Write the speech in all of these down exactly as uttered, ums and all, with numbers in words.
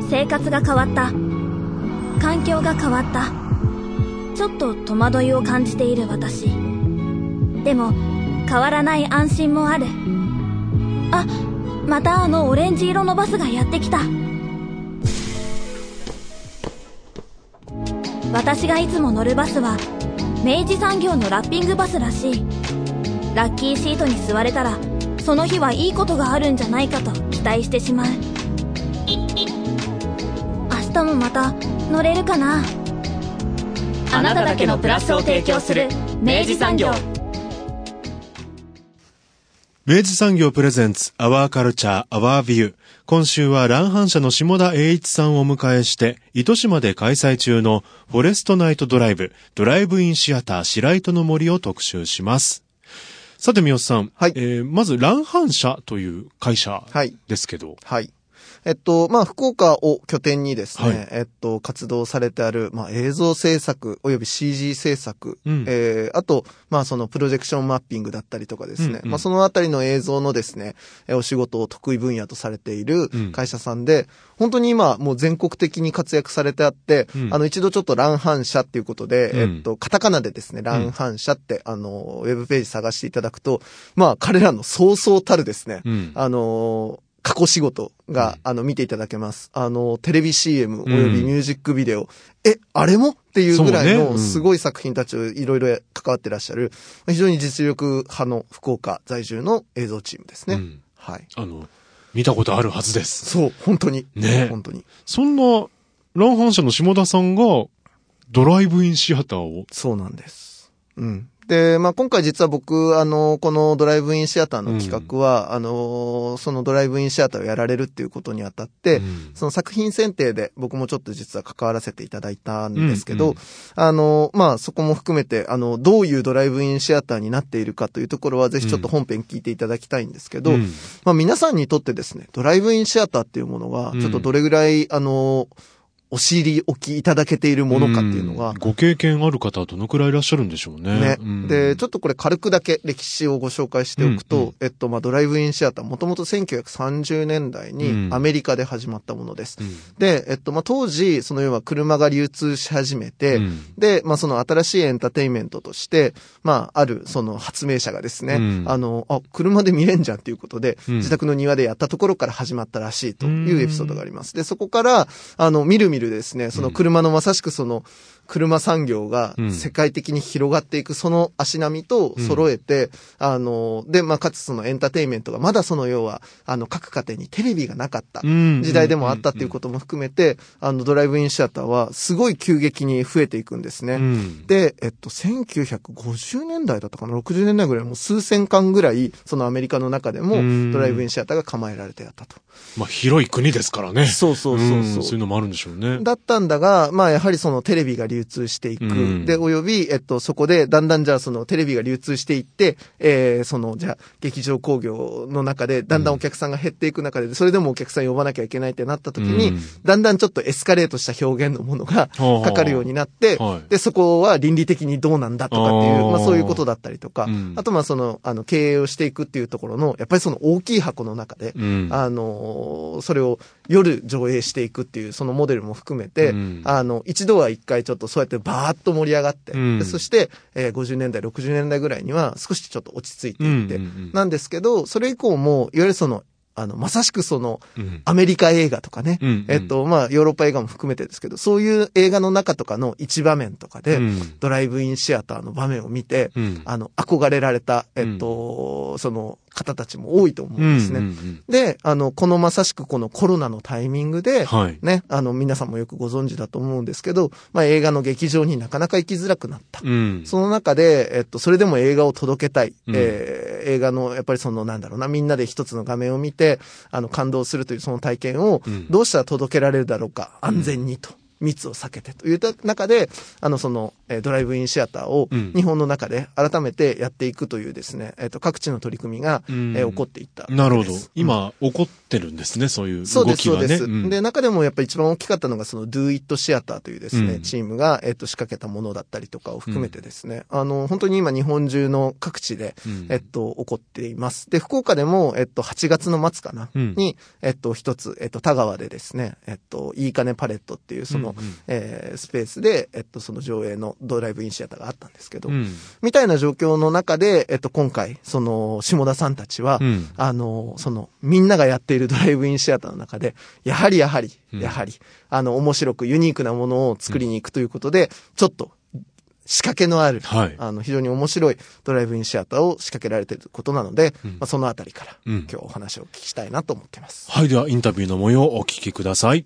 生活が変わった。環境が変わった。ちょっと戸惑いを感じている私。でも変わらない安心もある。あ、またあのオレンジ色のバスがやってきた。私がいつも乗るバスは明治産業のラッピングバスらしい。ラッキーシートに座れたらその日はいいことがあるんじゃないかと期待してしまう。明日もまた乗れるかな。 あなただけのプラスを提供する明治産業。 明治産業プレゼンツアワーカルチャーアワービュー。今週は乱反社の下田栄一さんをお迎えして糸島で開催中のフォレストナイトドライブドライブインシアター白糸の森を特集します。さて三好さん、はい、えー、まず乱反社という会社ですけど、 はいはい、えっと、まあ、福岡を拠点にですね、はい、えっと、活動されてある、まあ、映像制作および シージー 制作、うん、えー、あと、まあ、そのプロジェクションマッピングだったりとかですね、うんうん、まあ、そのあたりの映像のですね、お仕事を得意分野とされている会社さんで、うん、本当に今、もう全国的に活躍されてあって、うん、あの、一度ちょっと乱反社っていうことで、うん、えっと、カタカナでですね、乱反社って、あの、ウェブページ探していただくと、まあ、彼らのそうそうたるですね、うん、あの、過去仕事が、うん、あの、見ていただけます。あの、テレビ シーエム およびミュージックビデオ、うん、え、あれもっていうぐらいのすごい作品たちをいろいろ関わってらっしゃる、非常に実力派の福岡在住の映像チームですね。うん、はい。 あの、見たことあるはずです。 そう、本当に。 ね。 本当に。 そんな、乱反社の下田さんが、ドライブインシアターを。 そうなんです。うん。で、まあ、今回実は僕、あの、このドライブインシアターの企画は、うん、あの、そのドライブインシアターをやられるっていうことにあたって、うん、その作品選定で僕もちょっと実は関わらせていただいたんですけど、うんうん、あの、まあ、そこも含めて、あの、どういうドライブインシアターになっているかというところは、ぜひちょっと本編聞いていただきたいんですけど、うん、まあ、皆さんにとってですね、ドライブインシアターっていうものが、ちょっとどれぐらい、うん、あの、お尻置きいただけているものかっていうのが、 うん、ご経験ある方はどのくらいいらっしゃるんでしょうね。 ね、 うん、 で、ちょっとこれ軽くだけ歴史をご紹介しておくと、うんうん、えっと、まあ、ドライブインシアター、もともとせんきゅうひゃくさんじゅうねんだいにアメリカで始まったものです。うん、で、えっと、まあ、当時、その要は車が流通し始めて、うん、で、まあ、その新しいエンターテインメントとして、まあ、あるその発明者がですね、うん、あの、あ、車で見れんじゃんっていうことで、うん、自宅の庭でやったところから始まったらしいというエピソードがあります。で、そこから、あの、みるみるですね、その車のまさしくその車産業が世界的に広がっていくその足並みと揃えて、うん、あの、で、まあ、かつそのエンターテインメントがまだその要は、あの、各家庭にテレビがなかった時代でもあったっていうことも含めて、あの、ドライブインシアターはすごい急激に増えていくんですね。うん、で、えっと、せんきゅうひゃくごじゅうねんだいだったかな、ろくじゅうねんだいぐらいもう数千館ぐらい、そのアメリカの中でもドライブインシアターが構えられてやったと。 まあ、広い国ですからね。 そうそうそうそう。うん、 そういうのもあるんでしょうね。 だったんだが、まあ、やはりそのテレビが流通していく。うん、で、および、えっと、そこで、だんだんじゃあそのテレビが流通していって、えー、その、じゃあ、劇場興行の中で、だんだんお客さんが減っていく中で、それでもお客さん呼ばなきゃいけないってなった時に、うん、だんだんちょっとエスカレートした表現のものがかかるようになって、はい、で、そこは倫理的にどうなんだとかっていう、まあそういうことだったりとか、うん、あとまあその、あの、経営をしていくっていうところの、やっぱりその大きい箱の中で、うん、あの、それを夜上映していくっていう、そのモデルも含めて、うん、あの、一度は一回ちょっとそうやってバーッと盛り上がって、うん、でそして、えー、ごじゅうねんだい、ろくじゅうねんだいぐらいには少しちょっと落ち着いていって、うんうんうん、なんですけど、それ以降も、いわゆるその、あの、まさしくその、うん、アメリカ映画とかね、うんうん、えっと、まあ、ヨーロッパ映画も含めてですけど、そういう映画の中とかの一場面とかで、うん、ドライブインシアターの場面を見て、うん、あの、憧れられた、えっと、うん、その、方たちも多いと思うんですね、うんうんうん。で、あの、このまさしくこのコロナのタイミングで、はい、ね、あの、皆さんもよくご存知だと思うんですけど、まあ、映画の劇場になかなか行きづらくなった。うん、その中で、えっと、それでも映画を届けたい。うん、えー、映画の、やっぱりその、なんだろうな、みんなで一つの画面を見て、あの、感動するというその体験を、どうしたら届けられるだろうか、うん、安全にと。 密を避けてという中で、あの、その、えー、ドライブインシアターを日本の中で改めてやっていくというですね、えっと、各地の取り組みが、えー、起こっていったわけです。 なるほど。今、起こってるんですね、そういう動きがね。 そうです、そうです。 うん、 で、中でもやっぱり一番大きかったのが、その、Do It シアターというですね、うん、チームが、えっと、仕掛けたものだったりとかを含めてですね、うん、あの、本当に今日本中の各地で、うん、えっと、起こっています。で、福岡でも、えっと、はちがつの末かな、うん、に、えっと、一つ、えっと、田川でですね、えっと、いいかねパレットっていう、その、うんうん、えー、スペースで、えっと、その上映のドライブインシアターがあったんですけど、うん、みたいな状況の中で、えっと、今回、その、下田さんたちは、うん、あの、その、みんながやっているドライブインシアターの中で、やはりやはり、やはり、うん、あの、面白くユニークなものを作りに行くということで、うん、ちょっと、仕掛けのある、はい、あの、非常に面白いドライブインシアターを仕掛けられていることなので、うん、まあ、そのあたりから、うん、今日お話をお聞きしたいなと思っています。 はい、ではインタビューの模様をお聞きください。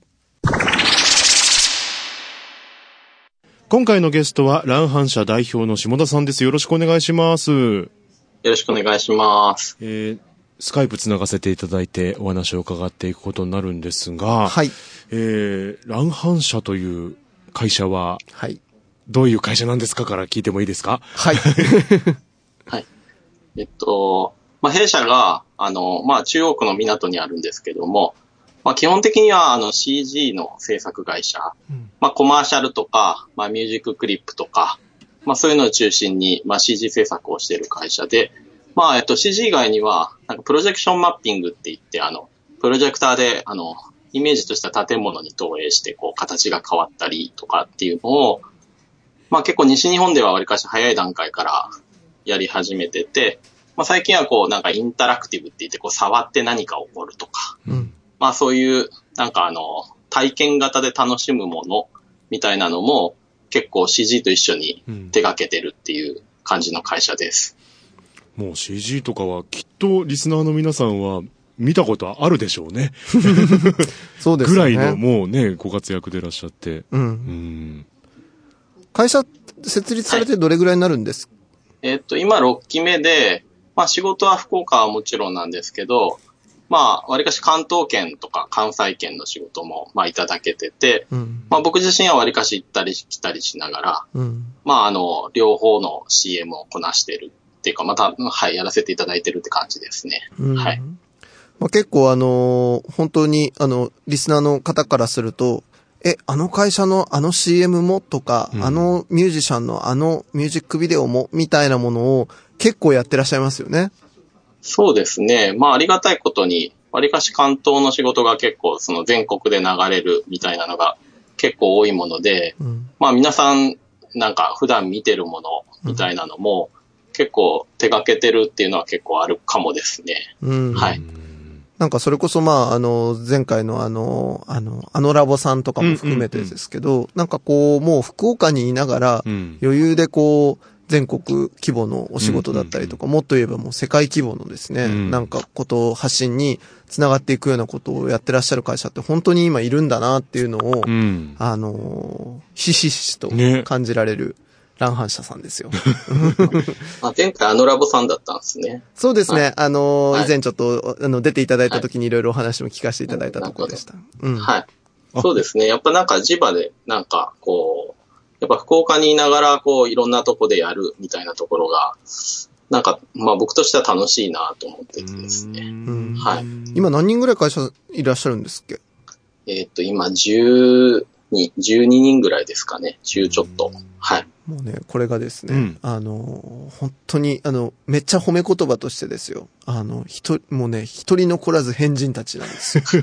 今回のゲストは、乱反社代表の下田さんです。よろしくお願いします。よろしくお願いします。 えー、スカイプつながせていただいてお話を伺っていくことになるんですが、 はい。 えー、乱反社という会社は、 はい。 どういう会社なんですかから聞いてもいいですか？ はい。 はい。えっと、まあ、弊社が、あの、まあ、中央区の港にあるんですけども、まあ、基本的には、あの、シージー の制作会社、うん、まあ、コマーシャルとか、まあ、ミュージッククリップとか、まあ、そういうのを中心に、まあ、シージー 制作をしている会社で、まあ、えっと、シージー 以外には、なんか、プロジェクションマッピングって言って、あの、プロジェクターで、あの、イメージとした建物に投影して、こう、形が変わったりとかっていうのを、まあ結構西日本ではわりかし早い段階からやり始めてて、まあ最近はこうなんかインタラクティブって言ってこう触って何か起こるとか、うん、まあそういうなんかあの体験型で楽しむものみたいなのも結構 シージー と一緒に手掛けてるっていう感じの会社です。 うん、もう シージー とかはきっとリスナーの皆さんは見たことあるでしょうね。 そうですね。 ぐらいのもうね、ご活躍でいらっしゃって。 うん。うん会社設立されてどれぐらいになるんですか？ はい、えー、っと、今ろっきめで、まあ仕事は福岡はもちろんなんですけど、まあ、わりかし関東圏とか関西圏の仕事も、まあいただけてて、うん、まあ僕自身はわりかし行ったり来たりしながら、うん、まああの、両方の シーエム をこなしてるっていうか、また、はい、やらせていただいてるって感じですね。うん、はい。 まあ結構あの、本当にあの、リスナーの方からすると、え、あの会社のあの シーエム もとか、うん、あのミュージシャンのあのミュージックビデオもみたいなものを結構やってらっしゃいますよね。 そうですね。まあありがたいことに、わりかし関東の仕事が結構その全国で流れるみたいなのが結構多いもので、うん、まあ皆さんなんか普段見てるものみたいなのも結構手掛けてるっていうのは結構あるかもですね。うん、はい。 なんかそれこそまああの前回のあのあのあのラボさんとかも含めてですけど、うんうんうん、なんかこうもう福岡にいながら余裕でこう全国規模のお仕事だったりとか、うんうんうん、もっと言えばもう世界規模のですね、うん、なんかことを発信につながっていくようなことをやってらっしゃる会社って本当に今いるんだなっていうのを、うん、あのひしひしと感じられる。ね乱反社さんですよ。 あ前回あのラボさんだったんですね。 そうですね。はい、あの、はい、以前ちょっと、あの、出ていただいた時にいろいろお話も聞かせていただいたところでした。 うん、はい。そうですね。やっぱなんか地場で、なんかこう、やっぱ福岡にいながら、こう、いろんなとこでやるみたいなところが、なんか、まあ僕としては楽しいなと思っててですね。はい。 今何人ぐらい会社いらっしゃるんですっけ？ えっと、今じゅうに、じゅうににんぐらいですかね。じゅうちょっと。はい。 もうね、これがですね、うん、あの、本当に、あの、めっちゃ褒め言葉としてですよ。あの、ひと、もうね、一人残らず変人たちなんですよ。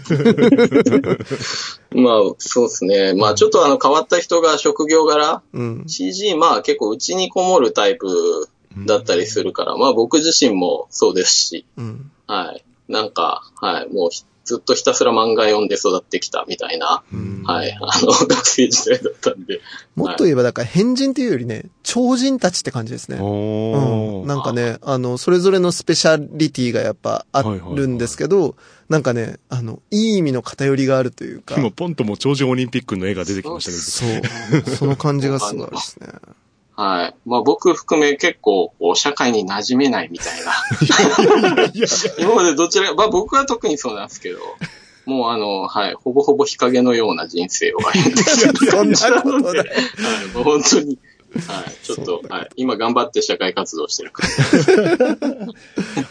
まあ、そうですね。まあ、ちょっとあの、変わった人が職業柄、うん、シージー、まあ結構うちにこもるタイプだったりするから、うん、まあ僕自身もそうですし、うん、はい。なんか、はい、もう、ずっとひたすら漫画読んで育ってきたみたいな、はい、あの、学生時代だったんで。 もっと言えば、だから変人っていうよりね、超人たちって感じですね。うん。なんかね、あの、それぞれのスペシャリティがやっぱあるんですけど、はいはいはい、なんかね、あの、いい意味の偏りがあるというか。 今、ポンとも超人オリンピックの絵が出てきましたけど。そう。その感じがすごいですね。 はい。まあ僕含め結構社会に馴染めないみたいな。今までどちらか、まあ僕は特にそうなんですけど、 もうあの、はい、ほぼほぼ日陰のような人生を歩んでそんなことない。 はい、もう本当に、はい、ちょっと、はい、今頑張って社会活動してるから。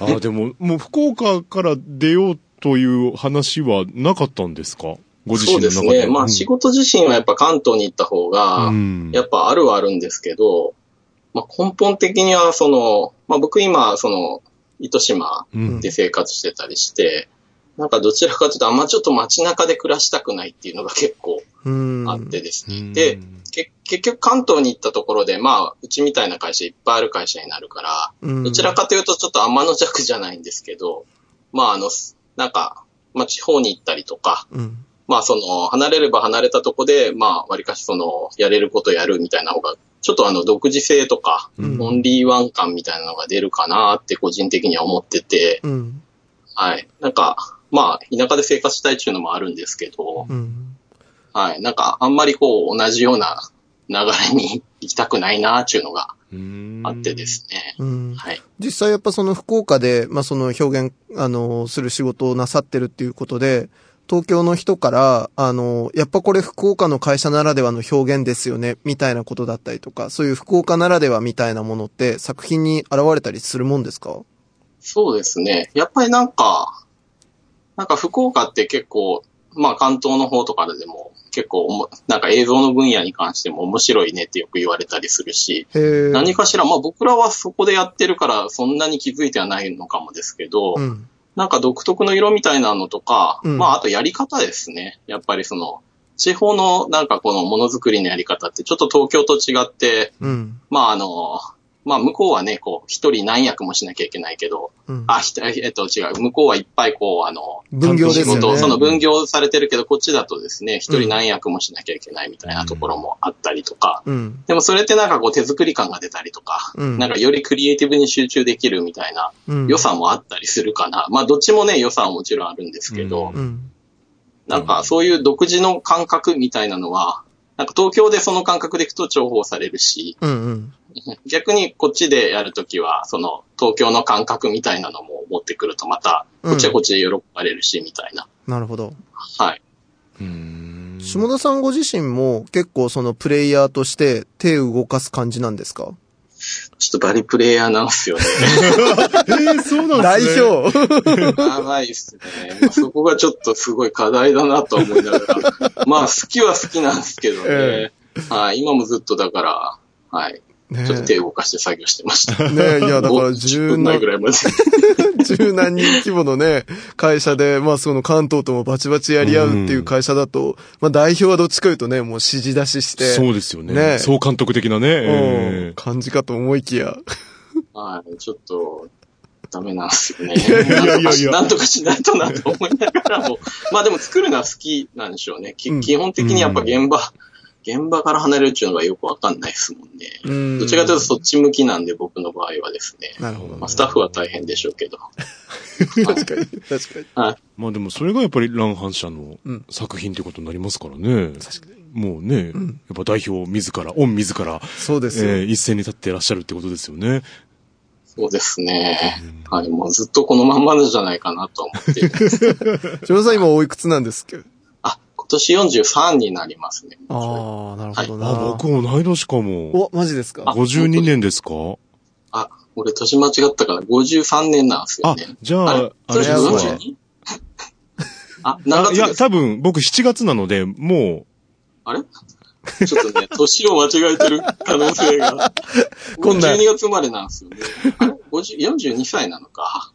あ、でも、もう福岡から出ようという話はなかったんですか？ご自身の中で。 そうですね。まあ、仕事自身はやっぱ関東に行った方が、やっぱあるはあるんですけど、まあ、根本的にはその、まあ、僕今、その、糸島で生活してたりして、うん、なんかどちらかというと、あんまちょっと街中で暮らしたくないっていうのが結構あってですね。で、け結局関東に行ったところで、まあ、うちみたいな会社いっぱいある会社になるから、うん、どちらかというとちょっと天の弱じゃないんですけど、まあ、あの、なんか、まあ、地方に行ったりとか、うんまあその、離れれば離れたとこで、まあ割かしその、やれることやるみたいな方が、ちょっとあの、独自性とか、うん、オンリーワン感みたいなのが出るかなって個人的には思ってて、うん、はい。なんか、まあ、田舎で生活したいっていうのもあるんですけど、うん、はい。なんか、あんまりこう、同じような流れに行きたくないなっていうのがあってですね。 うんはい。実際やっぱその福岡で、まあその表現、あの、する仕事をなさってるっていうことで、東京の人から、あの、やっぱこれ福岡の会社ならではの表現ですよね、みたいなことだったりとか、そういう福岡ならではみたいなものって作品に現れたりするもんですか？ そうですね。やっぱりなんか、なんか福岡って結構、まあ関東の方とかでも結構、なんか映像の分野に関しても面白いねってよく言われたりするし、何かしら、まあ僕らはそこでやってるからそんなに気づいてはないのかもですけど、うんなんか独特の色みたいなのとか、うん、まああとやり方ですね。やっぱりその、地方のなんかこのものづくりのやり方ってちょっと東京と違って、うん、まああの、まあ向こうはね、こう一人何役もしなきゃいけないけど、うん、あ、えっと違う、向こうはいっぱいこうあの、 分業ですよね。 仕事、その分業されてるけど、こっちだとですね、一人何役もしなきゃいけないみたいなところもあったりとか、うん、でもそれってなんかこう手作り感が出たりとか、うん、なんかよりクリエイティブに集中できるみたいな良さもあったりするかな。うん、まあどっちもね、良さはもちろんあるんですけど、うん、なんかそういう独自の感覚みたいなのは、なんか東京でその感覚でいくと重宝されるし、うんうん、逆にこっちでやるときは、その東京の感覚みたいなのも持ってくるとまた、こっちはこっちで喜ばれるし、みたいな、 うん。なるほど。 はい。 うーん下田さんご自身も結構そのプレイヤーとして手を動かす感じなんですか？ ちょっとバリプレイヤーなんですよね。 えー、そうなんですね。代表やばいっすね。まあ、そこがちょっとすごい課題だなと思いながら。まあ好きは好きなんですけどね。えー、はい、今もずっとだから、はい。ね、ちょっと手を動かして作業してました。 ねいや、だから十何、 ぐらいまで十何人規模のね、会社で、まあその関東ともバチバチやり合うっていう会社だと、まあ代表はどっちかというとね、もう指示出しして。 そうですよね。ね総監督的なね、 えー、感じかと思いきや。 はい、ちょっと、ダメなんですよね。いやいやいやいや。なんとかしないとなと思いながらも。まあでも作るのは好きなんでしょうね。きうん、基本的にやっぱ現場、現場から離れるっていうのがよくわかんないですもんね。うんどちらかというとそっち向きなんで僕の場合はですね。 なるほど、ね。 まあ、スタッフは大変でしょうけど。 確かに、確かに。 はい。まあでもそれがやっぱり乱反射の作品ってことになりますからね。うん、確かに。もうね、うん、やっぱ代表自ら、御自ら、 そうですよ、 えー、一線に立ってらっしゃるってことですよね。 そうですね。うん、はい。もうずっとこのまんまなんじゃないかなと思っているんです。 翔さん今おいくつなんですっけ？ 今年よんじゅうさんになりますね。 ああ、なるほどな。 はい、あ僕も同い年かも。 お、マジですか？ ごじゅうにねんですか？ あ、俺年間違ったからごじゅうさんねんなんですよね。 あ、じゃあ、あれ、 あれですか？あ、何月ですか？ いや、多分僕しちがつなので、もう。 あれちょっとね、年を間違えてる可能性が。こんな。じゅうにがつ生まれなんですよね。あれごじゅう、よんじゅうにさいなのか。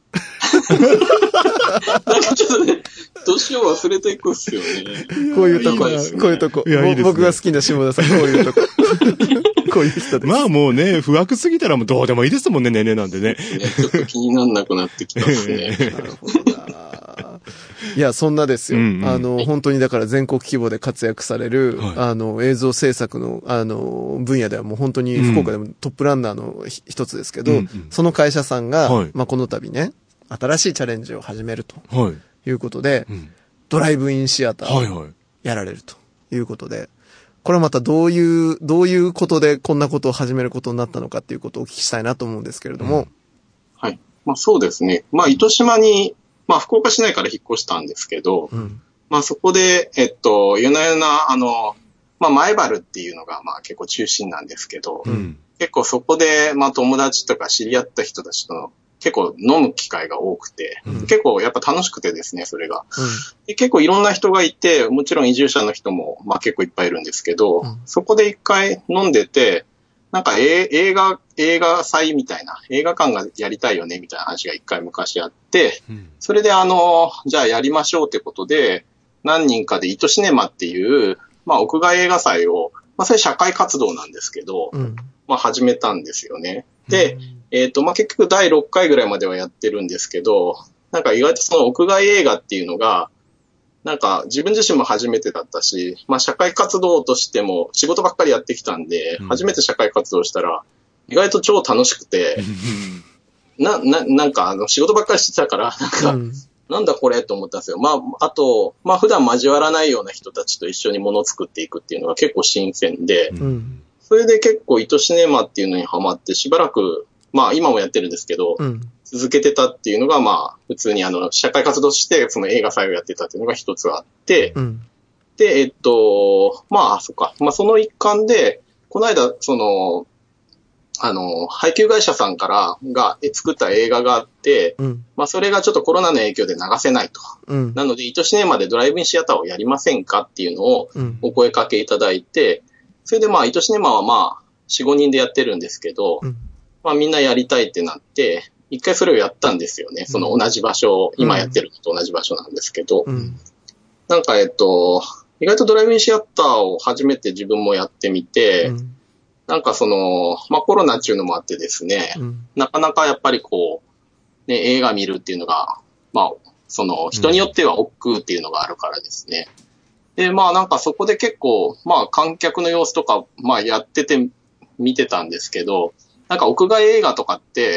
なんかちょっとね、年を忘れていくっすよね。 こういうとこ、いいね、こういうとこ。いや、いいですね。僕が好きな下田さん、こういうとこ。こういう人です。 まあもうね、不惑すぎたらもうどうでもいいですもんね、年齢なんでね。 ねちょっと気になんなくなってきたっすね。なるほどな。 いや、そんなですよ。うんうん、あの、本当にだから全国規模で活躍される、はい、あの、映像制作の、あの、分野ではもう本当に福岡でもトップランナーの一つですけど、うんうん、その会社さんが、はい、まあこの度ね、新しいチャレンジを始めるということで、はいうん、ドライブインシアターをやられるということで、これはまたどういう、どういうことでこんなことを始めることになったのかっていうことをお聞きしたいなと思うんですけれども。うん、 はい。まあそうですね。まあ糸島に、まあ福岡市内から引っ越したんですけど、うん、 まあそこで、えっと、夜な夜な、あの、まあ前原っていうのがまあ結構中心なんですけど、うん、結構そこで、まあ友達とか知り合った人たちとの結構飲む機会が多くて、うん、結構やっぱ楽しくてですね、それが、うんで。結構いろんな人がいて、もちろん移住者の人もまあ結構いっぱいいるんですけど、うん、そこで一回飲んでて、なんか映画、映画祭みたいな、映画館がやりたいよねみたいな話が一回昔あって、うん、それであの、じゃあやりましょうってことで、何人かで糸シネマっていう、まあ屋外映画祭を、まあそれ社会活動なんですけど、うん、まあ始めたんですよね。で、うん、えっと、まあ結局だいろっかいぐらいまではやってるんですけど、なんか意外とその屋外映画っていうのが、なんか自分自身も初めてだったし、まあ社会活動としても仕事ばっかりやってきたんで、うん、初めて社会活動したら、意外と超楽しくて、な、な、なんかあの仕事ばっかりしてたから、なんか、うんなんだこれと思ったんですよ。まあ、あと、まあ普段交わらないような人たちと一緒に物を作っていくっていうのが結構新鮮で、うん、それで結構糸シネマっていうのにハマってしばらく、まあ今もやってるんですけど、うん、続けてたっていうのがまあ普通にあの社会活動してその映画祭をやってたっていうのが一つあって、うん、で、えっと、まあそっか、まあその一環で、この間その、あの、配給会社さんからが作った映画があって、うん、まあそれがちょっとコロナの影響で流せないと。うん、なので、糸シネマでドライブインシアターをやりませんかっていうのをお声かけいただいて、それでまあ糸シネマはまあよん、ごにんでやってるんですけど、うん、まあみんなやりたいってなって、一回それをやったんですよね。その同じ場所、今やってるのと同じ場所なんですけど、うん、なんかえっと、意外とドライブインシアターを初めて自分もやってみて、うんなんかその、まあコロナっていうのもあってですね、うん、なかなかやっぱりこう、ね、映画見るっていうのが、まあ、その人によっては億劫っていうのがあるからですね。うん、で、まあなんかそこで結構、まあ観客の様子とか、まあやってて見てたんですけど、なんか屋外映画とかって、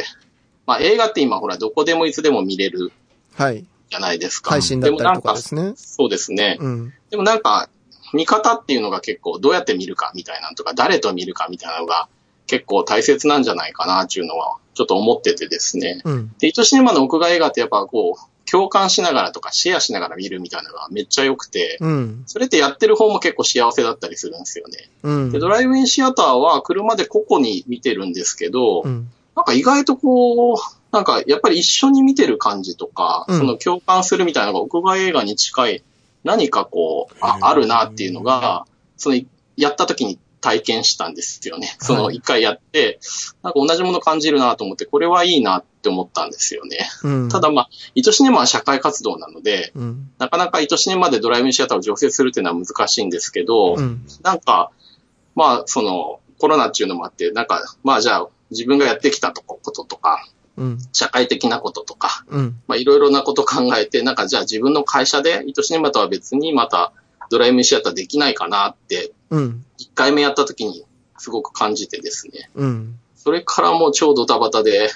まあ映画って今ほらどこでもいつでも見れる。はい。じゃないですか。 配信だったりとかですね。 でもなんかそうですね。うん、でもなんか、見方っていうのが結構どうやって見るかみたいなのとか誰と見るかみたいなのが結構大切なんじゃないかなっていうのはちょっと思っててですね。うん、で、糸シネマの屋外映画ってやっぱこう共感しながらとかシェアしながら見るみたいなのがめっちゃ良くて、うん、それってやってる方も結構幸せだったりするんですよね。うん、で、ドライブインシアターは車で個々に見てるんですけど、うん、なんか意外とこう、なんかやっぱり一緒に見てる感じとか、うん、その共感するみたいなのが屋外映画に近い何かこう、あ、あるなっていうのが、その、やった時に体験したんですよね。その一回やって、なんか同じもの感じるなと思って、これはいいなって思ったんですよね。うん、ただまあ、糸シネマは社会活動なので、うん、なかなか糸シネマでドライブインシアターを常設するっていうのは難しいんですけど、うん、なんか、まあ、その、コロナっていうのもあって、なんか、まあじゃあ、自分がやってきたこととか、うん、社会的なこととか、うん、まあいろいろなこと考えて、なんかじゃあ自分の会社で糸シネマとは別にまたドライブインシアターできないかなって、うん、いっかいめやった時にすごく感じてですね。うん、それからもう超ドタバタで、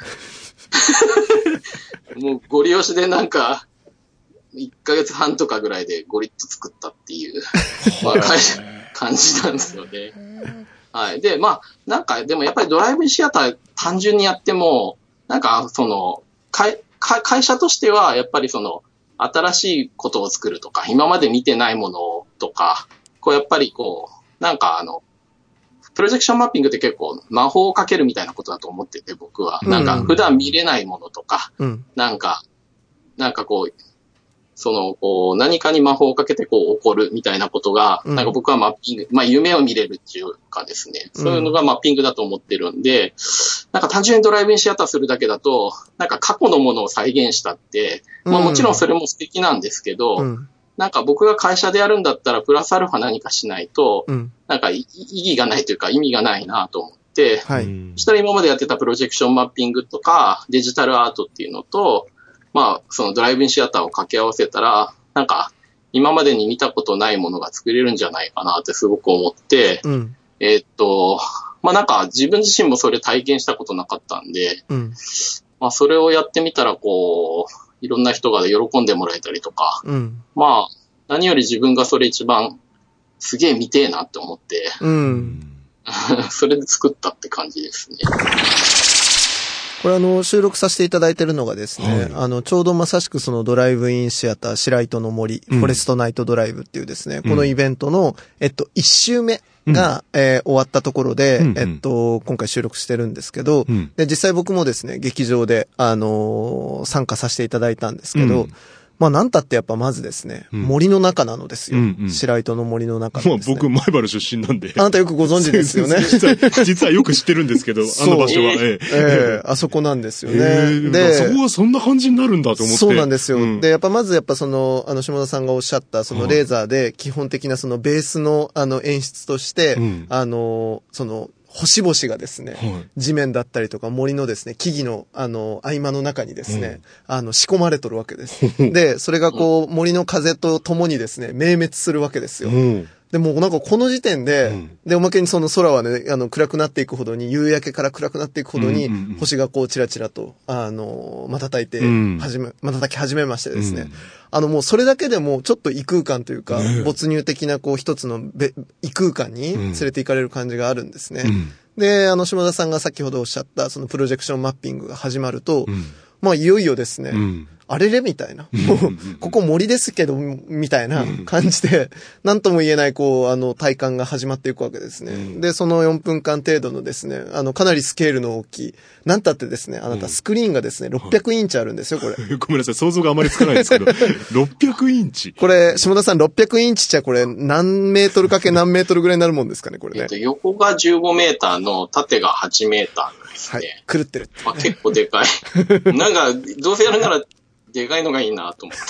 もうご利用しでなんか、いっかげつはんとかぐらいでゴリッと作ったっていう、まあ、感じなんですよね。はい。で、まあ、なんか、でもやっぱりドライブインシアター単純にやっても、なんか、その、会、会社としては、やっぱりその、新しいことを作るとか、今まで見てないものとか、こうやっぱりこう、なんかあの、プロジェクションマッピングって結構魔法をかけるみたいなことだと思ってて、僕は。なんか、普段見れないものとか、うん、なんか、なんかこう、その、こう、何かに魔法をかけてこう起こるみたいなことが、うん、なんか僕はマッピング、まあ夢を見れるっていうかですね、そういうのがマッピングだと思ってるんで、なんか単純にドライブインシアターするだけだと、なんか過去のものを再現したって、まあもちろんそれも素敵なんですけど、うん、なんか僕が会社でやるんだったらプラスアルファ何かしないと、うん、なんか意義がないというか意味がないなと思って、はい、そしたら今までやってたプロジェクションマッピングとかデジタルアートっていうのと、まあ、そのドライブインシアターを掛け合わせたら、なんか、今までに見たことないものが作れるんじゃないかなってすごく思って、うん、えー、っと、まあなんか自分自身もそれ体験したことなかったんで、うん、まあそれをやってみたらこう、いろんな人が喜んでもらえたりとか、うん、まあ、何より自分がそれ一番すげえ見てえなって思って、うん、それで作ったって感じですね。 これあの、収録させていただいているのがですね、はい、あの、ちょうどまさしくそのドライブインシアター、白糸の森、うん、フォレストナイトドライブっていうですね、このイベントの、えっと、一周目が、うん、えー、終わったところで、うんうん、えっと、今回収録してるんですけど、うん、で、実際僕もですね、劇場で、あのー、参加させていただいたんですけど、うんまあなんたってやっぱまずですね、うん、森の中なのですよ。うんうん、白糸の森の中のですね。 まあ僕、前原出身なんで。 あなたよくご存知ですよね。 実は、実はよく知ってるんですけど、あの場所は。ええええあそこなんですよね。えー、で、そこはそんな感じになるんだと思って。 そうなんですよ。うん、で、やっぱまずやっぱその、あの、下田さんがおっしゃった、そのレーザーで基本的なそのベースのあの演出として、うん、あの、その、星々がですね、はい、地面だったりとか森のですね、木々のあの、合間の中にですね、うん、あの、仕込まれとるわけです。で、それがこう、森の風と共にですね、明滅するわけですよ。うんでもなんかこの時点で、うん、で、おまけにその空はね、あの、暗くなっていくほどに、夕焼けから暗くなっていくほどに、うんうんうん、星がこう、チラチラと、あの、瞬いて、始め、瞬き始めましてですね、うん、あの、もうそれだけでも、ちょっと異空間というか、ね、没入的な、こう、一つのべ異空間に連れて行かれる感じがあるんですね。うん、で、あの、下田さんが先ほどおっしゃった、そのプロジェクションマッピングが始まると、うん、まあ、いよいよですね、うんあれれみたいな。もう、ここ森ですけど、みたいな感じで、なんとも言えない、こう、あの、体感が始まっていくわけですね。うん、で、そのよんぷんかん程度のですね、あの、かなりスケールの大きい、なんたってですね、あなたスクリーンがですね、ろっぴゃくインチあるんですよ、これ。 ごめんなさい、想像があまりつかないですけど、ろっぴゃくインチこれ、下田さん、ろっぴゃくインチっちゃこれ、何メートルかけ何メートルぐらいになるもんですかね、これね。 えっと、横がじゅうごメーターの、縦がはちメーターですね。はい、 狂ってる。 まあ、結構でかい。なんか、どうせやるなら、でかいのがいいなと思って、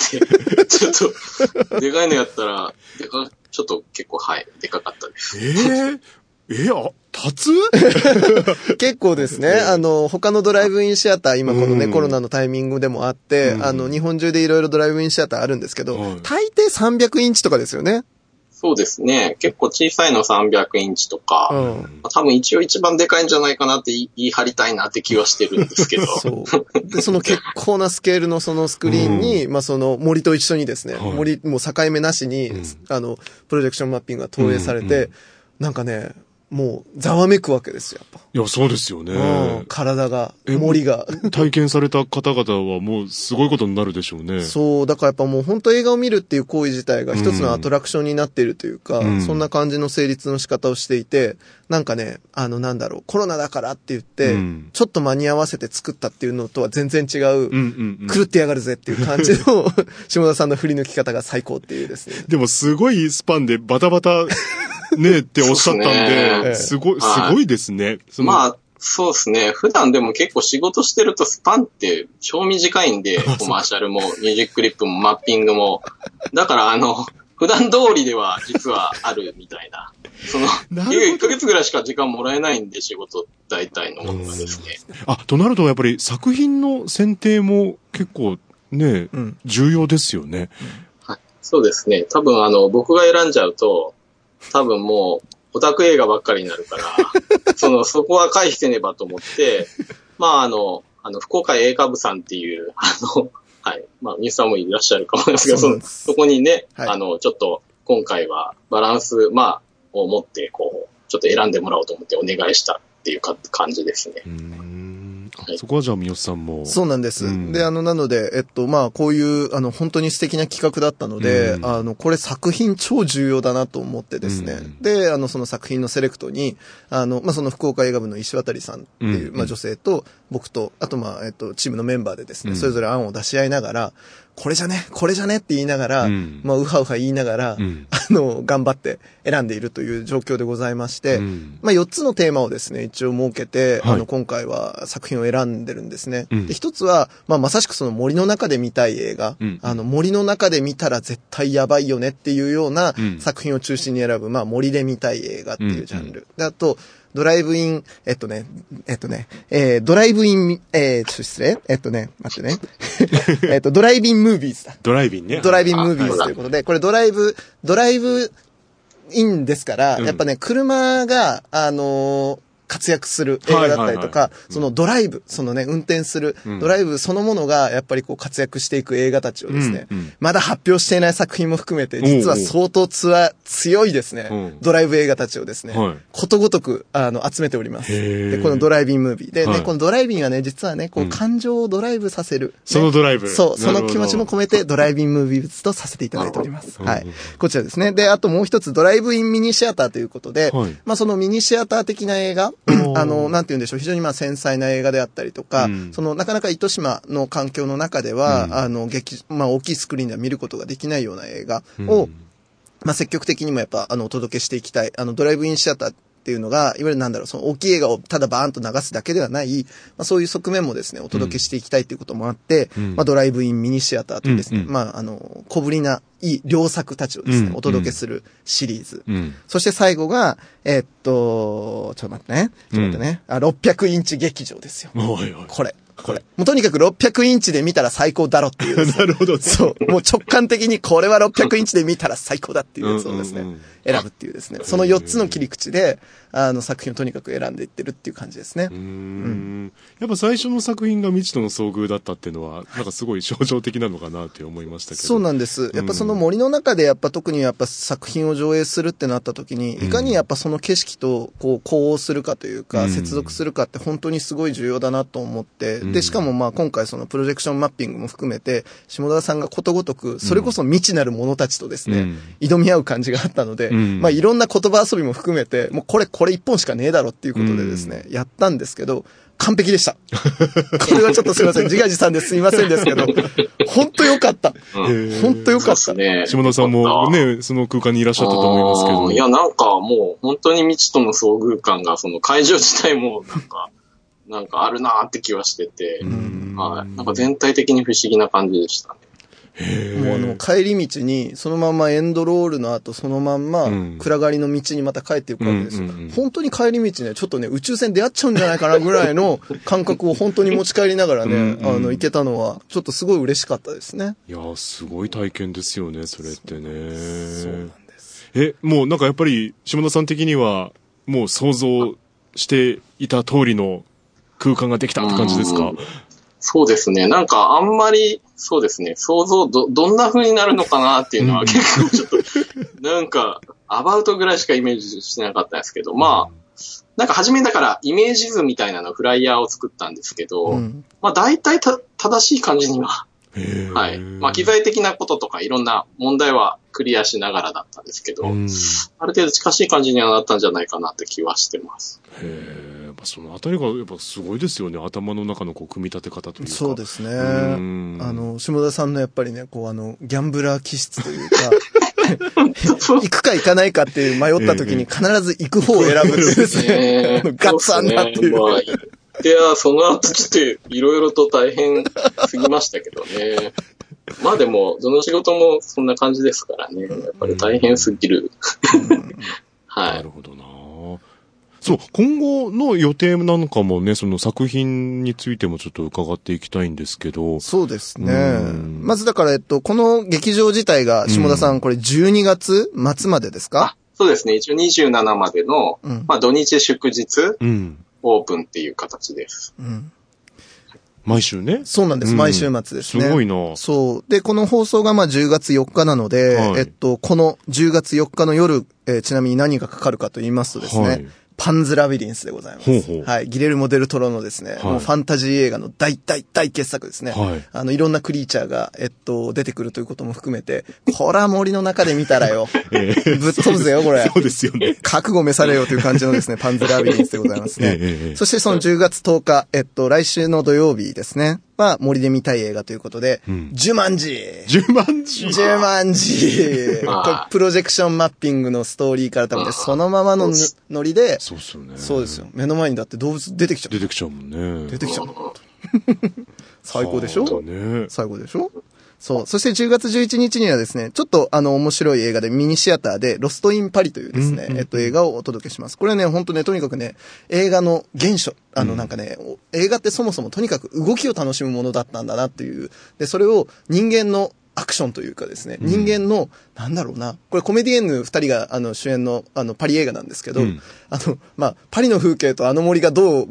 ちょっと、でかいのやったら、でか、ちょっと結構、はい、でかかったです。 えー、えー、あ、立つ結構ですね、あの、他のドライブインシアター、今このね、うん、コロナのタイミングでもあって、うん、あの、日本中でいろいろドライブインシアターあるんですけど、うん、大抵さんびゃくインチとかですよね。 そうですね。結構小さいのさんびゃくインチとか、うん、多分一応一番でかいんじゃないかなって言い張りたいなって気はしてるんですけど。 そう。で、その結構なスケールのそのスクリーンに、うん、まあその森と一緒にですね、はい、森もう境目なしに、うん、あの、プロジェクションマッピングが投影されて、うんうん、なんかね、もう、ざわめくわけですよ、やっぱ。 いや、そうですよね。 うん、体が、森が。 体験された方々はもう、すごいことになるでしょうね。 そう、だからやっぱもう、本当映画を見るっていう行為自体が一つのアトラクションになっているというか、うん、そんな感じの成立の仕方をしていて、なんかね、あの、なんだろう、コロナだからって言って、うん、ちょっと間に合わせて作ったっていうのとは全然違う、うんうんうん、狂ってやがるぜっていう感じの、下田さんの振り抜き方が最高っていうですね。 でも、すごいスパンでバタバタ、ねえっておっしゃったんで、すごい、すごいですね。 まあ、そうですね。普段でも結構仕事してるとスパンって超短いんで、コマーシャルもミュージッククリップもマッピングも。だからあの、普段通りでは実はあるみたいな。その、いっかげつぐらいしか時間もらえないんで仕事大体のものがですね。 あ、となるとやっぱり作品の選定も結構ね、うん、重要ですよね、 はい。そうですね。多分あの、僕が選んじゃうと、多分もう、オタク映画ばっかりになるから、その、そこは回避せねばと思って、まあ、あの、あの、福岡映画部さんっていう、あの、はい、まあ、ミスさんもいらっしゃるかもしれないですけど、その、そこにね、はい、あの、ちょっと、今回はバランス、まあ、を持って、こう、ちょっと選んでもらおうと思ってお願いしたっていうか感じですね。 はい、そこはじゃあ三好さんも。 そうなんです。うん、で、あの、なので、えっと、まあ、こういう、あの、本当に素敵な企画だったので、うん、あの、これ作品超重要だなと思ってですね。うん、で、あの、その作品のセレクトに、あの、まあ、その福岡映画部の石渡さんっていう、うん、まあ、女性と、僕と、あと、まあ、えっと、チームのメンバーでですね、うん、それぞれ案を出し合いながら、これじゃね、これじゃねって言いながら、うん、まあ、うはうは言いながら、うん、あの、頑張って選んでいるという状況でございまして、うん、まあ、よっつのテーマをですね、一応設けて、はい、あの、今回は作品を選んでるんですね。うん、で、一つは、まあ、まさしくその森の中で見たい映画、うん、あの、森の中で見たら絶対やばいよねっていうような作品を中心に選ぶ、まあ、森で見たい映画っていうジャンル。で、あと、ドライブイン、えっとね、えっとね、えー、ドライブイン、えー、ちょっと失礼えっとね、待ってね。えっと、ドライビンムービーズだ。 ドライビンね。 ドライビンムービーズということで、これドライブ、ドライブインですから、うん、やっぱね、車が、あのー、活躍する映画だったりとか、そのドライブ、そのね、運転する、ドライブそのものがやっぱりこう活躍していく映画たちをですね、うんうん、まだ発表していない作品も含めて、実は相当ツアー、 強いですね、うん、ドライブ映画たちをですね、はい、ことごとく、あの、集めております。で、このドライビンムービー。でね、はい、このドライビンはね、実はね、こう、感情をドライブさせる。ね、 そのドライブ。 そう、その気持ちも込めて、ドライビンムービーとさせていただいております。はい。こちらですね。で、あともう一つ、ドライブインミニシアターということで、はい、まあ、そのミニシアター的な映画、あの、なんて言うんでしょう、非常にまあ、繊細な映画であったりとか、うん、その、なかなか糸島の環境の中では、うん、あの、劇、まあ、大きいスクリーンでは見ることができないような映画を、うんまあ、積極的にもやっぱ、あの、お届けしていきたい。あの、ドライブインシアターっていうのが、いわゆるなんだろう、その大きい映画をただバーンと流すだけではない、まあ、そういう側面もですね、お届けしていきたいということもあって、うん、まあ、ドライブインミニシアターというですね、うんうん、まあ、あの、小ぶりないい良作たちをですね、うん、お届けするシリーズ。うん、そして最後が、えー、っと、ちょっと待ってね。ちょっと待ってね。うん、あ、ろっぴゃくインチ劇場ですよ。おいおいこれ。これ。もうとにかくろっぴゃくインチで見たら最高だろっていう、ね。 なるほど、ね。 そう。もう直感的にこれはろっぴゃくインチで見たら最高だっていうやつをですね、うんうんうん、選ぶっていうですね。そのよっつの切り口で、あの作品をとにかく選んでいってるっていう感じですね。うーん、 うん。やっぱ最初の作品が未知との遭遇だったっていうのは、なんかすごい象徴的なのかなって思いましたけど。 そうなんです。やっぱその森の中でやっぱ特にやっぱ作品を上映するってなった時に、いかにやっぱその景色とこう呼応するかというか、接続するかって本当にすごい重要だなと思って、で、しかもまあ今回そのプロジェクションマッピングも含めて、下田さんがことごとく、それこそ未知なる者たちとですね、挑み合う感じがあったので、まあいろんな言葉遊びも含めて、もうこれ、これ一本しかねえだろっていうことでですね、やったんですけど、完璧でした。これはちょっとすみません。自画自賛ですみませんですけど、本当良かった。本当良かった。 ね、 下田さんもね、その空間にいらっしゃったと思いますけど。 いや、なんかもう本当に未知との遭遇感が、その会場自体もなんか、なんかあるなーって気はしてて、はい。なんか全体的に不思議な感じでしたね。 もうあの帰り道にそのまんまエンドロールの後そのまんま暗がりの道にまた帰っていくわけですよ、うんうんうん、本当に帰り道ねちょっとね宇宙船出会っちゃうんじゃないかなぐらいの感覚を本当に持ち帰りながらねうん、うん、あの行けたのはちょっとすごい嬉しかったですね。 いやすごい体験ですよねそれってね。そうなんです。えもうなんかやっぱり下田さん的にはもう想像していた通りの空間ができたって感じですか？ そうですね。なんかあんまり、そうですね。想像ど、どんな風になるのかなっていうのは結構ちょっと、なんか、アバウトぐらいしかイメージしてなかったんですけど、まあ、なんか初めだからイメージ図みたいなのフライヤーを作ったんですけど、うん、まあ大体た正しい感じには、はい。まあ機材的なこととかいろんな問題はクリアしながらだったんですけど、うん、ある程度近しい感じにはなったんじゃないかなって気はしてます。 へー。やっぱそのあたりがやっぱすごいですよね。頭の中のこう組み立て方というか。 そうですね。あの下田さんのやっぱりね、こうあのギャンブラー気質というか行くか行かないかっていう迷った時に必ず行く方を選ぶんですね。ガッツあんなっていう。まあ、いやその後ちょっといろいろと大変すぎましたけどね。まあでもどの仕事もそんな感じですからね。やっぱり大変すぎる。はい。 なるほどな。そう、今後の予定なんかもね、その作品についてもちょっと伺っていきたいんですけど。 そうですね。まずだから、えっと、この劇場自体が、下田さん、うん、これじゅうにがつ末までですか？ あ、そうですね。一応にじゅうしちまでの、うん、まあ土日祝日、うん、オープンっていう形です。うん毎週ね。 そうなんです。毎週末ですね。 すごいな。 そう。で、この放送がまあじゅうがつよっかなので、はい、えっと、このじゅうがつよっかの夜、えー、ちなみに何がかかるかと言いますとですね、はいパンズラビリンスでございます。ほうほうはい。ギレルモ・デルトロのですね、はい、もうファンタジー映画の大大大傑作ですね。はい。あの、いろんなクリーチャーが、えっと、出てくるということも含めて、こら森の中で見たらよ。えー、ぶっ飛ぶぜよ、これ。 そうですよね。 覚悟召されよという感じのですね、パンズラビリンスでございますね。えー、そしてそのじゅうがつとおか、えっと、来週の土曜日ですね。は森で見たい映画ということで、うん、ジュマンジジュマンジジュマンジプロジェクションマッピングのストーリーから多分ね、そのままのノリで、 そうですよね。 そうですよ。目の前にだって動物出てきちゃう。 出てきちゃうもんね。 出てきちゃう。最高でしょ、ね、最高でしょそう。そしてじゅうがつじゅういちにちにはですね、ちょっとあの面白い映画でミニシアターでロストインパリというですね、うんうんうん、えっと映画をお届けします。これはね、ほんとね、とにかくね、映画の原初、あのなんかね、うん、映画ってそもそもとにかく動きを楽しむものだったんだなっていう。で、それを人間のアクションというかですね、人間の、うん、なんだろうな、これコメディエンヌ二人があの主演のあのパリ映画なんですけど、うん、あの、まあ、パリの風景とあの森がどう、ま、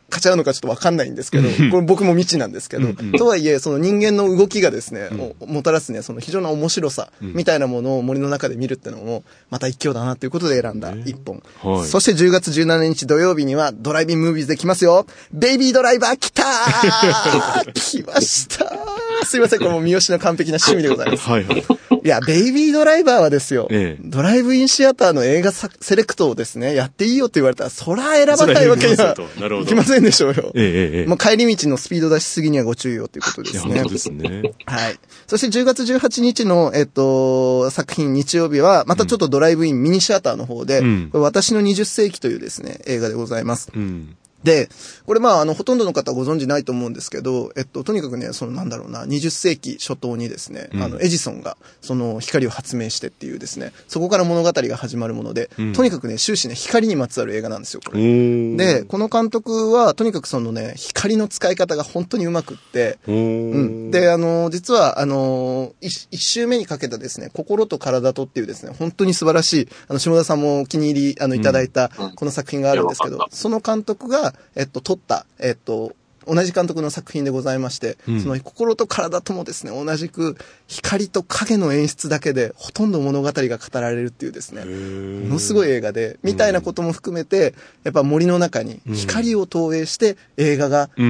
勝ち合うのかちょっとわかんないんですけど、これ僕も未知なんですけど、とはいえ、その人間の動きがですね、うん、もたらすね、その非常な面白さみたいなものを森の中で見るっていうのも、また一興だなということで選んだ一本。はい、そしてじゅうがつじゅうしちにち土曜日にはドライビングムービーズで来ますよ。ベイビードライバー来たー来ましたーすいません、これも三好の完璧な趣味でございます。はいはい。いや、ベイビードライバーはですよ、ええ、ドライブインシアターの映画セレクトをですね、やっていいよって言われたら、そら選ばないわけにはいきませんでしょうよ。ええええ、もう帰り道のスピード出しすぎにはご注意よということですね。 本当ですね。 はい。そしてじゅうがつじゅうはちにちの、えっと、作品日曜日は、またちょっとドライブインミニシアターの方で、うん、これ私のにじゅっせいきというですね、映画でございます。うんで、これまあ、あの、ほとんどの方ご存知ないと思うんですけど、えっと、とにかくね、そのなんだろうな、にじゅっせいき初頭にですね、うん、あの、エジソンが、その光を発明してっていうですね、そこから物語が始まるもので、うん、とにかくね、終始ね、光にまつわる映画なんですよ、これ。で、この監督は、とにかくそのね、光の使い方が本当にうまくって、うん。で、あの、実は、あの、一周目にかけたですね、心と体とっていうですね、本当に素晴らしい、あの、下田さんもお気に入り、あの、いただいた、この作品があるんですけど、うん、その監督が、えっと、撮った、えっと、同じ監督の作品でございまして、うん、その心と体ともですね、同じく光と影の演出だけでほとんど物語が語られるっていうですね、ものすごい映画で、みたいなことも含めて、やっぱ森の中に光を投影して映画が、うん、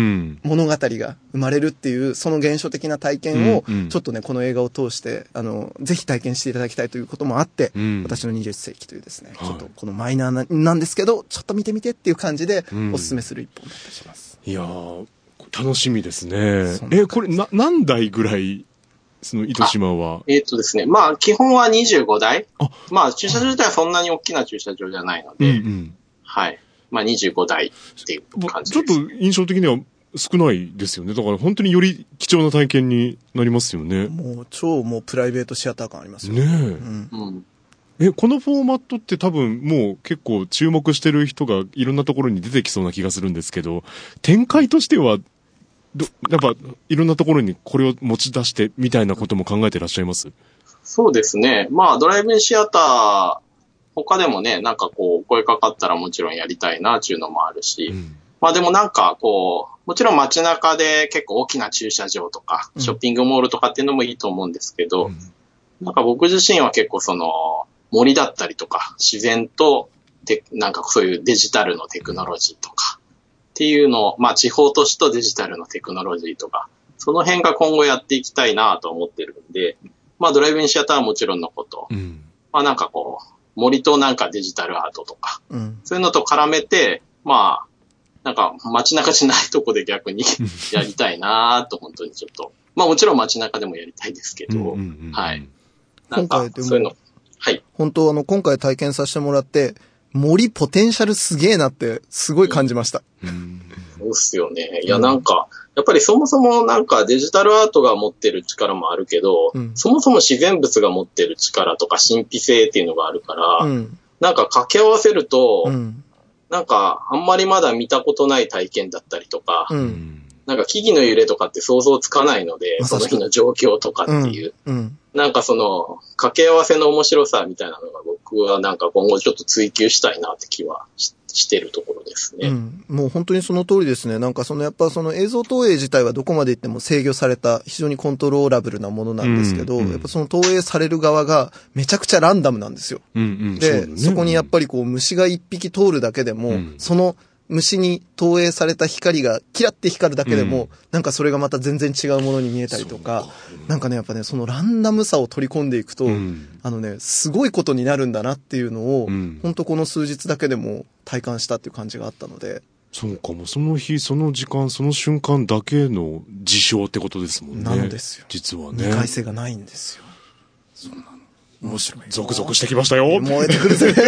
物語が生まれるっていう、その現象的な体験を、ちょっとね、この映画を通して、あの、ぜひ体験していただきたいということもあって、うん、私のにじゅっせいきというですね、ちょっとこのマイナーな、なんですけど、ちょっと見てみてっていう感じで、おすすめする一本だったりします。 いやー、楽しみですね。え、これな、何台ぐらい、その糸島は。 えっ、ー、とですね、まあ、基本はにじゅうごだい。あまあ、駐車場自体はそんなに大きな駐車場じゃないので、うんうん、はい。まあ、にじゅうごだいっていう感じです。 ちょっと印象的には少ないですよね。だから本当により貴重な体験になりますよね。 もう、超もうプライベートシアター感ありますよね。 ねえ。うんうんえ、このフォーマットって多分もう結構注目してる人がいろんなところに出てきそうな気がするんですけど、展開としては、どやっぱいろんなところにこれを持ち出してみたいなことも考えてらっしゃいます？ そうですね。まあドライブインシアター、他でもね、なんかこう声かかったらもちろんやりたいなっていうのもあるし、うん、まあでもなんかこう、もちろん街中で結構大きな駐車場とか、ショッピングモールとかっていうのもいいと思うんですけど、うん、なんか僕自身は結構その、森だったりとか、自然と、て、なんかそういうデジタルのテクノロジーとか、っていうのを、まあ地方都市とデジタルのテクノロジーとか、その辺が今後やっていきたいなと思ってるんで、まあドライブインシアターはもちろんのこと、うん、まあなんかこう、森となんかデジタルアートとか、うん、そういうのと絡めて、まあ、なんか街中じゃないとこで逆にやりたいなと本当にちょっと、まあもちろん街中でもやりたいですけど、うんうんうんうん、はい。なんかそういうの、はい。 本当あの、今回体験させてもらって、森ポテンシャルすげえなって、すごい感じました。 うん、そうっすよね。いや、なんか、やっぱりそもそもなんかデジタルアートが持ってる力もあるけど、うん、そもそも自然物が持ってる力とか神秘性っていうのがあるから、うん、なんか掛け合わせると、うん、なんかあんまりまだ見たことない体験だったりとか、うんなんか木々の揺れとかって想像つかないので、その日の状況とかっていう、うんうん、なんかその掛け合わせの面白さみたいなのが僕はなんか今後ちょっと追求したいなって気は し, してるところですね、うん。 もう本当にその通りですね。なんかそのやっぱその映像投影自体はどこまで行っても制御された非常にコントローラブルなものなんですけど、うんうん、やっぱその投影される側がめちゃくちゃランダムなんですよ。うんうん、で そ,、ね、そこにやっぱりこう虫が一匹通るだけでも、うん、その虫に投影された光がキラって光るだけでも、うん、なんかそれがまた全然違うものに見えたりとか、かうん、なんかねやっぱねそのランダムさを取り込んでいくと、うん、あのねすごいことになるんだなっていうのを、うん、本当この数日だけでも体感したっていう感じがあったので。 そうかもその日その時間その瞬間だけの事象ってことですもんね。 なのですよ。 実はね。 二回性がないんですよ。そうなの。面白い。 ゾクゾクしてきましたよ。 燃えてくるぜ。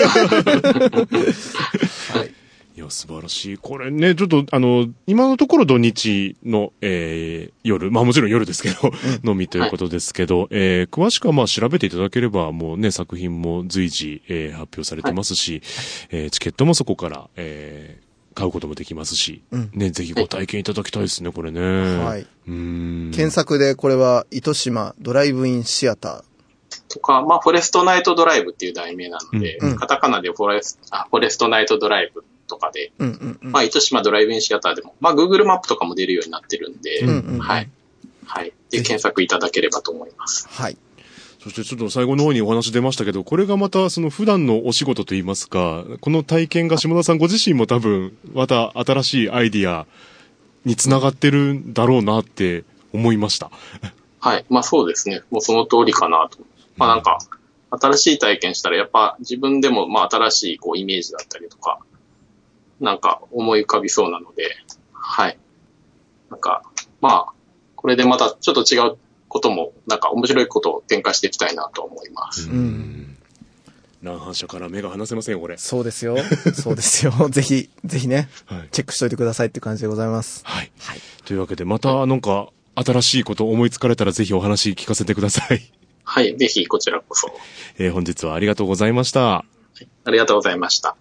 はい。いや、素晴らしい。これね、ちょっと、あの、今のところ土日の、えー、夜、まあもちろん夜ですけど、うん、のみということですけど、はい、えー、詳しくはまあ調べていただければ、もうね、作品も随時、えー、発表されてますし、はい、えー、チケットもそこから、えー、買うこともできますし、うん、ね、ぜひご体験いただきたいですね、これね。はい。 うん。検索でこれは、糸島ドライブインシアター。 とか、まあ、フォレストナイトドライブっていう題名なので、うん、カタカナでフォレス、あ、フォレストナイトドライブとかで、 うんうんうん、 まあ、糸島ドライブインシアターでも、まあ、Google マップとかも出るようになってるんで、 うんうんうん、 はい。はい。で、検索いただければと思います。 はい。 そしてちょっと最後の方にお話出ましたけど、これがまたその普段のお仕事といいますか、この体験が下田さんご自身も多分、また新しいアイディアにつながってるんだろうなって思いました。 はい。まあそうですね。もうその通りかなと。まあなんか、新しい体験したらやっぱ自分でもまあ新しいこうイメージだったりとか、なんか思い浮かびそうなので、はい。なんか、まあ、これでまたちょっと違うことも、なんか面白いことを展開していきたいなと思います。 うん。南反射から目が離せませんよ、これ。 そうですよ。そうですよ。ぜひ、ぜひね、はい、チェックしといてくださいって感じでございます。 はい。はい、というわけで、またなんか、新しいことを思いつかれたらぜひお話聞かせてください。 はい、ぜひこちらこそ。 えー、本日はありがとうございました。はい、 ありがとうございました。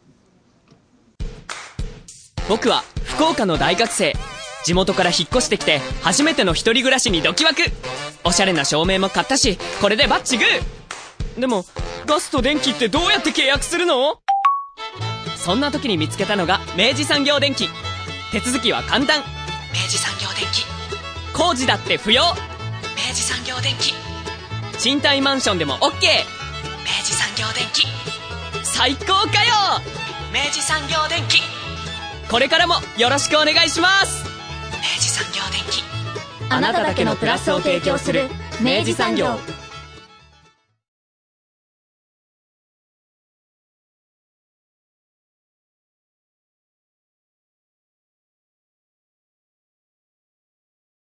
僕は福岡の大学生。地元から引っ越してきて初めての一人暮らしにドキワク。おしゃれな照明も買ったし、これでバッチグー。でもガスと電気ってどうやって契約するの？そんな時に見つけたのが明治産業電機。手続きは簡単。明治産業電機。工事だって不要。明治産業電機。賃貸マンションでも OK。明治産業電機。最高かよ。明治産業電機。これからもよろしくお願いします。明治産業電機。 あなただけのプラスを提供する明治産業。